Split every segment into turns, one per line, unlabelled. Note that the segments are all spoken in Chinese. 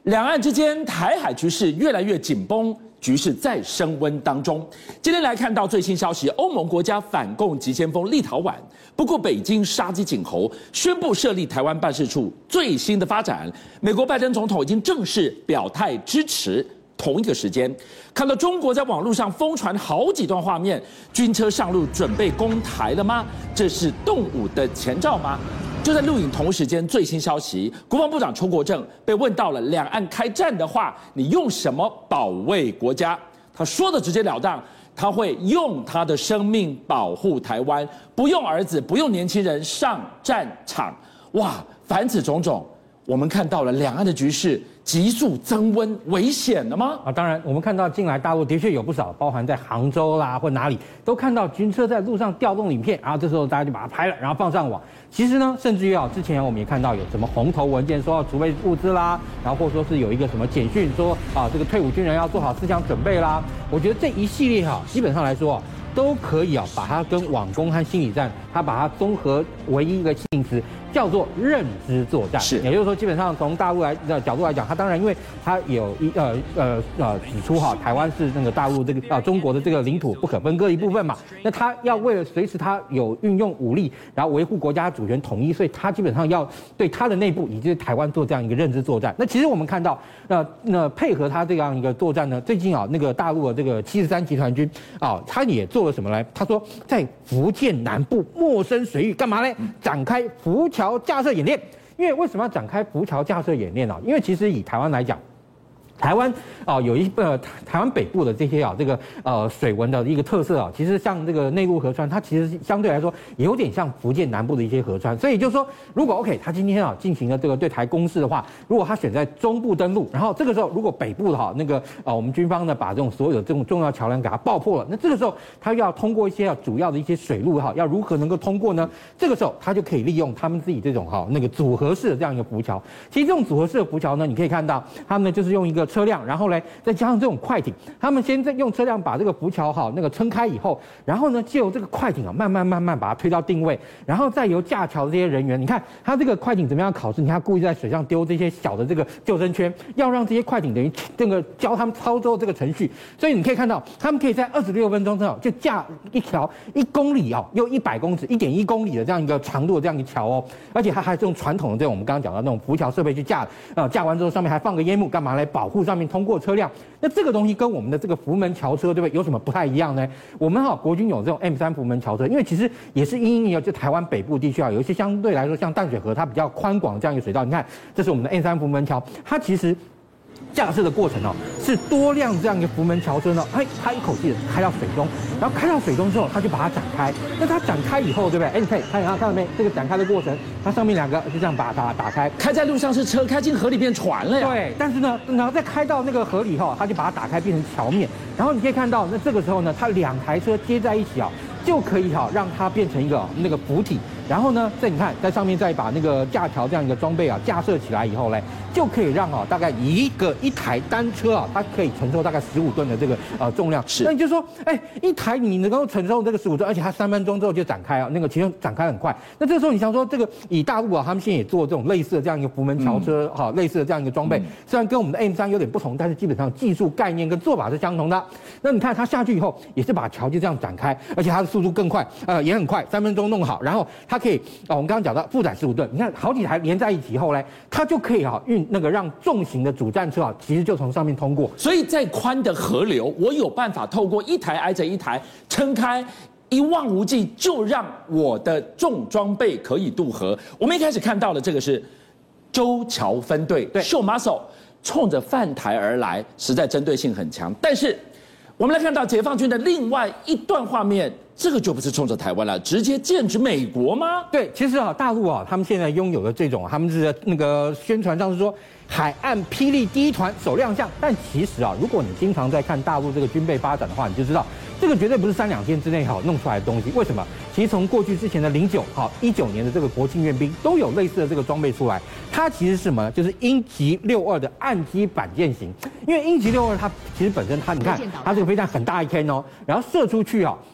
两岸之间台海局势越来越紧绷，局势在升温当中。今天来看到最新消息，欧盟国家反共急先锋立陶宛不顾北京杀鸡儆猴，宣布设立台湾办事处。最新的发展，美国拜登总统已经正式表态支持。同一个时间，看到中国在网络上疯传好几段画面，军车上路准备攻台了吗？这是动武的前兆吗？就在录影同时间，最新消息，国防部长邱国正被问到了两岸开战的话，你用什么保卫国家？他说的直截了当，他会用他的生命保护台湾，不用儿子，不用年轻人上战场。哇，凡此种种，我们看到了两岸的局势急速增温，危险了吗？
当然，我们看到近来大陆的确有不少，包含在杭州啦或哪里，都看到军车在路上调动影片，然后这时候大家就把它拍了，然后放上网。其实呢，甚至于之前我们也看到有什么红头文件说要储备物资啦，然后或者说是有一个什么简讯说这个退伍军人要做好思想准备啦。我觉得这一系列基本上来说都可以把它跟网攻和心理战，它把它综合为一个性质，叫做认知作战。
是，
也就是说，基本上从大陆的角度来讲，它当然因为它有指出台湾是那个大陆这个中国的这个领土不可分割的一部分嘛，那它要为了随时它有运用武力，然后维护国家主权统一，所以它基本上要对它的内部以及台湾做这样一个认知作战。那其实我们看到，那配合它这样一个作战呢，最近那个大陆的这个73集团军它也做了什么来？他说在福建南部陌生水域干嘛呢？展开浮桥架设演练。因为为什么要展开浮桥架设演练呢？因为其实以台湾来讲，台湾有台湾北部的这些这个水文的一个特色其实像这个内陆河川，它其实相对来说有点像福建南部的一些河川，所以就是说，如果 OK， 他今天进行了这个对台攻势的话，如果他选在中部登陆，然后这个时候如果北部的那个我们军方呢把这种所有的这种重要桥梁给它爆破了，那这个时候他要通过一些主要的一些水路要如何能够通过呢？这个时候他就可以利用他们自己这种那个组合式的这样一个浮桥。其实这种组合式的浮桥呢，你可以看到他们呢就是用一个车辆，然后呢再加上这种快艇，他们先用车辆把这个浮桥那个撑开以后，然后呢借由这个快艇慢慢把它推到定位，然后再由架桥的这些人员，你看他这个快艇怎么样考试？你看他故意在水上丢这些小的这个救生圈，要让这些快艇等于这个教他们操作这个程序，所以你可以看到他们可以在26分钟之后就架一条1公里又100公尺1.1公里的这样一个长度的这样一桥而且它还是用传统的这种我们刚刚讲的那种浮桥设备去架，架完之后上面还放个烟幕，干嘛来保护上面通过车辆？那这个东西跟我们的这个福门桥车，对不对？有什么不太一样呢？我们国军有这种 M3 福门桥车，因为其实也是因就台湾北部地区有一些相对来说像淡水河它比较宽广的这样一个水道，你看这是我们的 M3 福门桥，它其实架设的过程是多辆这样一个福门桥车呢，它一口气开到水中，然后开到水中之后，它就把它展开。那它展开以后，对不对？你可以看到没？这个展开的过程，它上面2个就这样把它打开。
开在路上是车，开进河里变船了呀。
对，但是呢，然后再开到那个河里它就把它打开变成桥面。然后你可以看到，那这个时候呢，它2台车接在一起就可以让它变成一个那个浮体。然后呢，你看在上面再把那个架桥这样一个装备架设起来以后呢，就可以让大概一台单车它可以承受大概15吨的这个重量。
是，
那你就说，一台你能够承受这个15吨，而且它3分钟之后就展开那个其实展开很快。那这个时候你想说，这个以大陆他们现在也做这种类似的这样一个福门桥车类似的这样一个装备，虽然跟我们的 M3 有点不同，但是基本上技术概念跟做法是相同的。那你看它下去以后，也是把桥就这样展开，而且它的速度更快，也很快，3分钟弄好，然后它可以我们刚刚讲到负载15吨，你看好几台连在一起以后呢，它就可以运那个让重型的主战车其实就从上面通过。
所以再宽的河流，我有办法透过一台挨着一台撑开，一望无际，就让我的重装备可以渡河。我们一开始看到的这个是舟桥分队，
对，
秀 muscle 冲着犯台而来，实在针对性很强。但是我们来看到解放军的另外一段画面，这个就不是冲着台湾了，直接剑指美国吗？
对，其实大陆他们现在拥有的这种，他们是那个宣传上是说海岸霹雳第1团首亮相，但其实如果你经常在看大陆这个军备发展的话，你就知道这个绝对不是3、2天之内弄出来的东西。为什么？其实从过去之前的09、19年的这个国庆阅兵都有类似的这个装备出来。它其实是什么呢？就是鹰击62的岸基板舰型。因为鹰击62它其实本身你看它这个飞弹很大一颗然后射出去它其实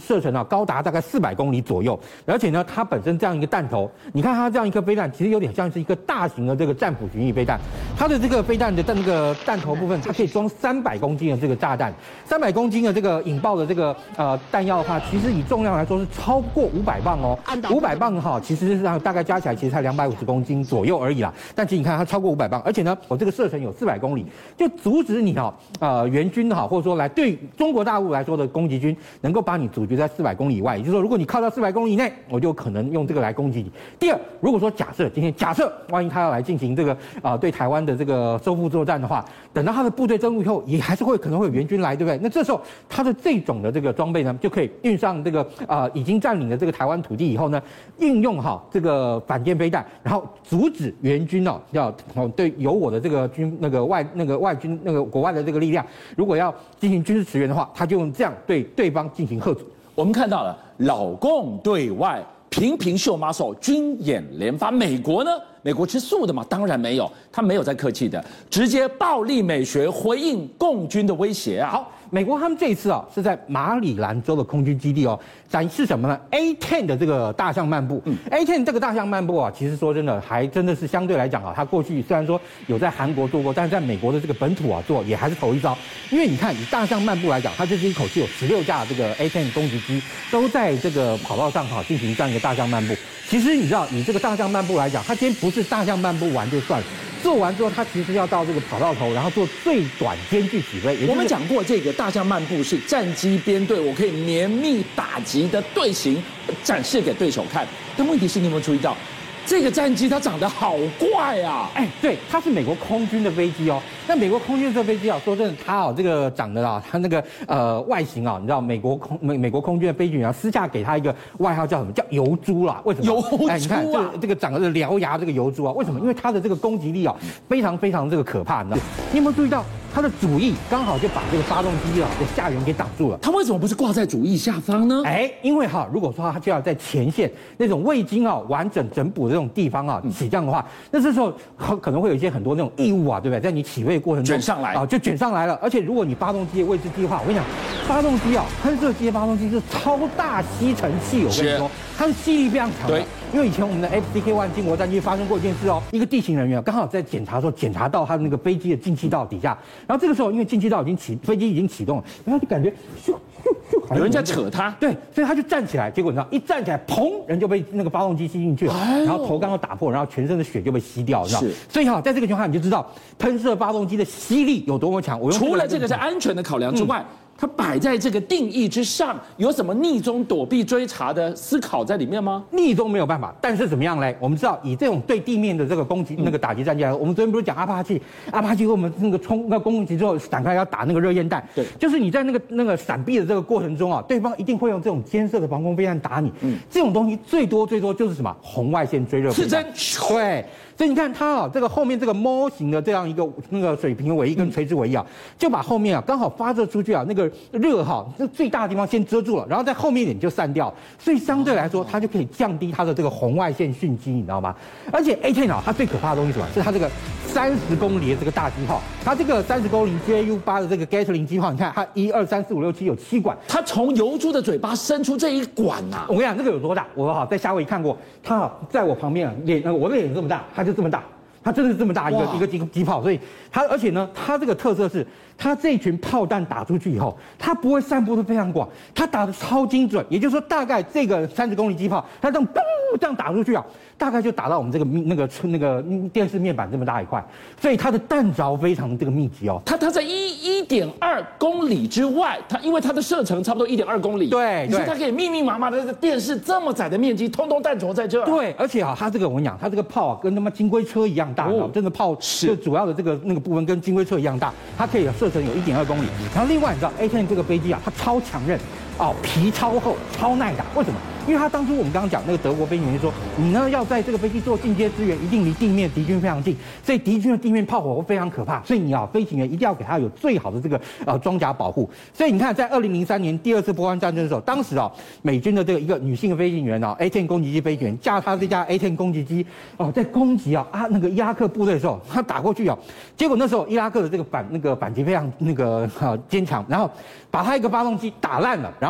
射程啊高达大概400公里左右，而且呢，它本身这样一个弹头，你看它这样一颗飞弹，其实有点像是一个大型的这个战斧巡弋飞弹。它的这个飞弹的那个弹头部分，它可以装300公斤的这个炸弹，300公斤的这个引爆的这个弹药的话，其实以重量来说是超过500磅哦。500磅哈，其实是大概加起来其实才250公斤左右而已啦。但其实你看它超过500磅，而且呢，我这个射程有400公里，就阻止你援军哈，或者说来对中国大陆来说的攻击军，能够把你阻绝在400公里以外。也就是说，如果你靠到400公里以内，我就可能用这个来攻击你。第二，如果说假设万一他要来进行这个对台湾的这个收复作战的话，等到他的部队增入以后，也还是可能会有援军来，对不对？那这时候他的这种的这个装备呢，就可以运上这个已经占领的这个台湾土地以后呢，运用这个反舰飞弹，然后阻止援军对有我的这个外军国外的这个力量，如果要进行军事驰援的话，他就用这样对对方进行嚇阻。
我们看到了老共对外频频秀 muscle， 军演连发。美国呢？美国吃素的嘛？当然没有，他没有在客气的，直接暴力美学回应共军的威胁啊！
好，美国他们这一次是在马里兰州的空军基地展示什么呢 ？A-10 的这个大象漫步。A-10 这个大象漫步其实说真的，还真的是相对来讲它过去虽然说有在韩国做过，但是在美国的这个本土做也还是头一遭。因为你看以大象漫步来讲，它就是一口气有16架这个 A-10 攻击机都在这个跑道上进行这样一个大象漫步。其实你知道，以这个大象漫步来讲，它今天不是大象漫步完就算了，做完之后，它其实要到这个跑道头，然后做最短间距起飞。
我们讲过，这个大象漫步是战机编队，我可以绵密打击的队形展示给对手看。但问题是，你有没有注意到？这个战机它长得好怪啊！
对，它是美国空军的飞机那美国空军这飞机说真的，它这个长得它那个外形你知道美国空军的飞行员私下给它一个外号叫什么？叫油猪啦。为什么？
油猪
你看这个长得獠牙这个油猪为什么？因为它的这个攻击力非常非常这个可怕，你知道？你有没有注意到？它的主翼刚好就把这个发动机的下缘给挡住了。
它为什么不是挂在主翼下方呢？
因为如果说它就要在前线那种未经完整整补的这种地方起降的话，那这时候可能会有一些很多那种异物对不对？在你起飞的过程中
卷上来
就卷上来了。而且如果你发动机的位置低的话，我跟你讲，发动机喷射机的发动机是超大吸尘器，我跟你说，它是吸力非常强的。因为以前我们的 FCK-1 经国战机发生过一件事一个地勤人员刚好在检查的时候检查到他的那个飞机的进气道底下，然后这个时候因为进气道飞机已经启动了，然后就感觉咻咻咻，
有人在扯他，
对，所以他就站起来，结果你知道一站起来，砰，人就被那个发动机吸进去了，然后头刚好打破，然后全身的血就被吸掉，你知道？所以在这个情况下你就知道喷射发动机的吸力有多么强。
除了这个是安全的考量之外，它摆在这个定义之上，有什么逆中躲避追查的思考在里面吗？
逆中没有办法，但是怎么样嘞？我们知道以这种对地面的这个攻击、那个打击战机来说，我们昨天不是讲阿帕奇和我们那个攻击之后展开要打那个热焰弹，
对，
就是你在那个闪避的这个过程中对方一定会用这种尖射的防空飞弹打你，这种东西最多就是什么红外线追热飞弹，对。所以你看它这个后面这个猫型的这样一个那个水平尾翼跟垂直尾翼就把后面刚好发射出去那个热这最大的地方先遮住了，然后在后面一点就散掉，所以相对来说它就可以降低它的这个红外线讯击，你知道吗？而且 A-10它最可怕的东西是什么？是它这个30公里的这个大机炮，它这个30公里 JU8 的这个 Gatling 机炮，你看它1、2、3、4、5、6、7有7管，
它从油猪的嘴巴伸出这一管
我跟你讲这个有多大？我在夏威夷看过，它在我旁边我的脸这么大，它就这么大。它真的是这么大一个机炮，所以而且呢，它这个特色是，它这一群炮弹打出去以后，它不会散布的非常广，它打的超精准。也就是说，大概这个30公里机炮，它这样嘣这样打出去大概就打到我们这个那个电视面板这么大一块，所以它的弹着非常这个密集它
在1.2公里之外，因为它的射程差不多1.2公里，
对，
你说它可以密密麻麻的电视这么窄的面积，通通弹着在这。
对，而且它这个我跟你讲，它这个炮跟他妈金龟车一样大，真的炮就主要的那个部分跟金龟车一样大，它可以射程有1.2公里。然后另外你知道 A-10这个飞机它超强韧皮超厚，超耐打，为什么？因为他当初我们刚刚讲那个德国飞行员说，你呢要在这个飞机做进阶支援，一定离地面敌军非常近，所以敌军的地面炮火会非常可怕，所以你飞行员一定要给他有最好的这个装甲保护。所以你看，在2003年第2次波湾战争的时候，当时美军的这个一个女性的飞行员A-10攻击机飞行员驾他这架 A-10攻击机在攻击那个伊拉克部队的时候，他打过去结果那时候伊拉克的这个反击非常坚强，然后把他一个发动机打烂了，然后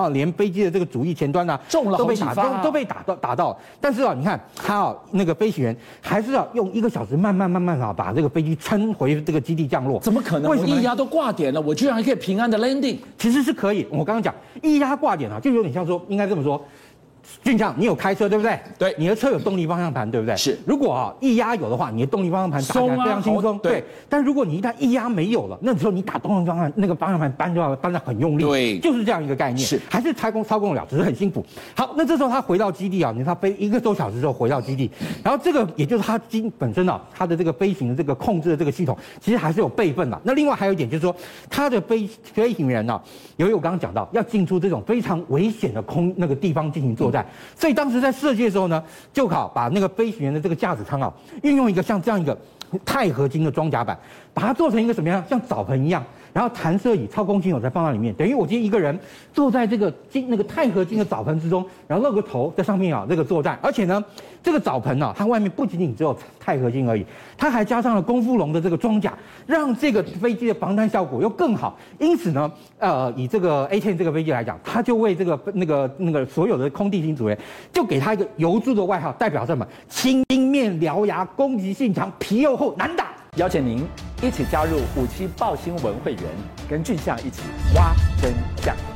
后连飞机的这个主翼前端呢，都被打到。但是你看他那个飞行员还是要用1个小时慢慢把这个飞机撑回这个基地降落。
怎么可能？我液压都挂点了，我居然还可以平安的 landing？
其实是可以。我刚刚讲液压挂点就有点像说，应该这么说。俊相，你有开车对不对？
对，
你的车有动力方向盘对不对？
是。
如果液压有的话，你的动力方向盘打起来非常轻松。对。但如果你一旦液压没有了，那时候你打动力方向那个方向盘搬就要搬得很用力。
对，
就是这样一个概念。
是。
还是操控了，只是很辛苦。好，那这时候他回到基地你看他飞1个多小时之后回到基地，然后这个也就是他本身他的这个飞行的这个控制的这个系统，其实还是有备份的。那另外还有一点就是说，他的飞行员由于我刚刚讲到要进出这种非常危险的那个地方进行作战，所以当时在设计的时候呢，就把那个飞行员的这个驾驶舱运用一个像这样一个钛合金的装甲板，把它做成一个什么样，像澡盆一样，然后弹射椅、操控系统再放到里面，等于我今天一个人坐在这个那个钛合金的澡盆之中，然后露个头在上面这个作战，而且呢，这个澡盆它外面不仅仅只有钛合金而已，它还加上了功夫龙的这个装甲，让这个飞机的防弹效果又更好。因此呢，以这个 A-10 这个飞机来讲，它就为这个那个所有的空地勤组员，就给它一个油猪的外号，代表什么？青面獠牙，攻击性强，皮又厚，难打。
邀请您一起加入57爆新闻会员，跟俊相一起挖真相。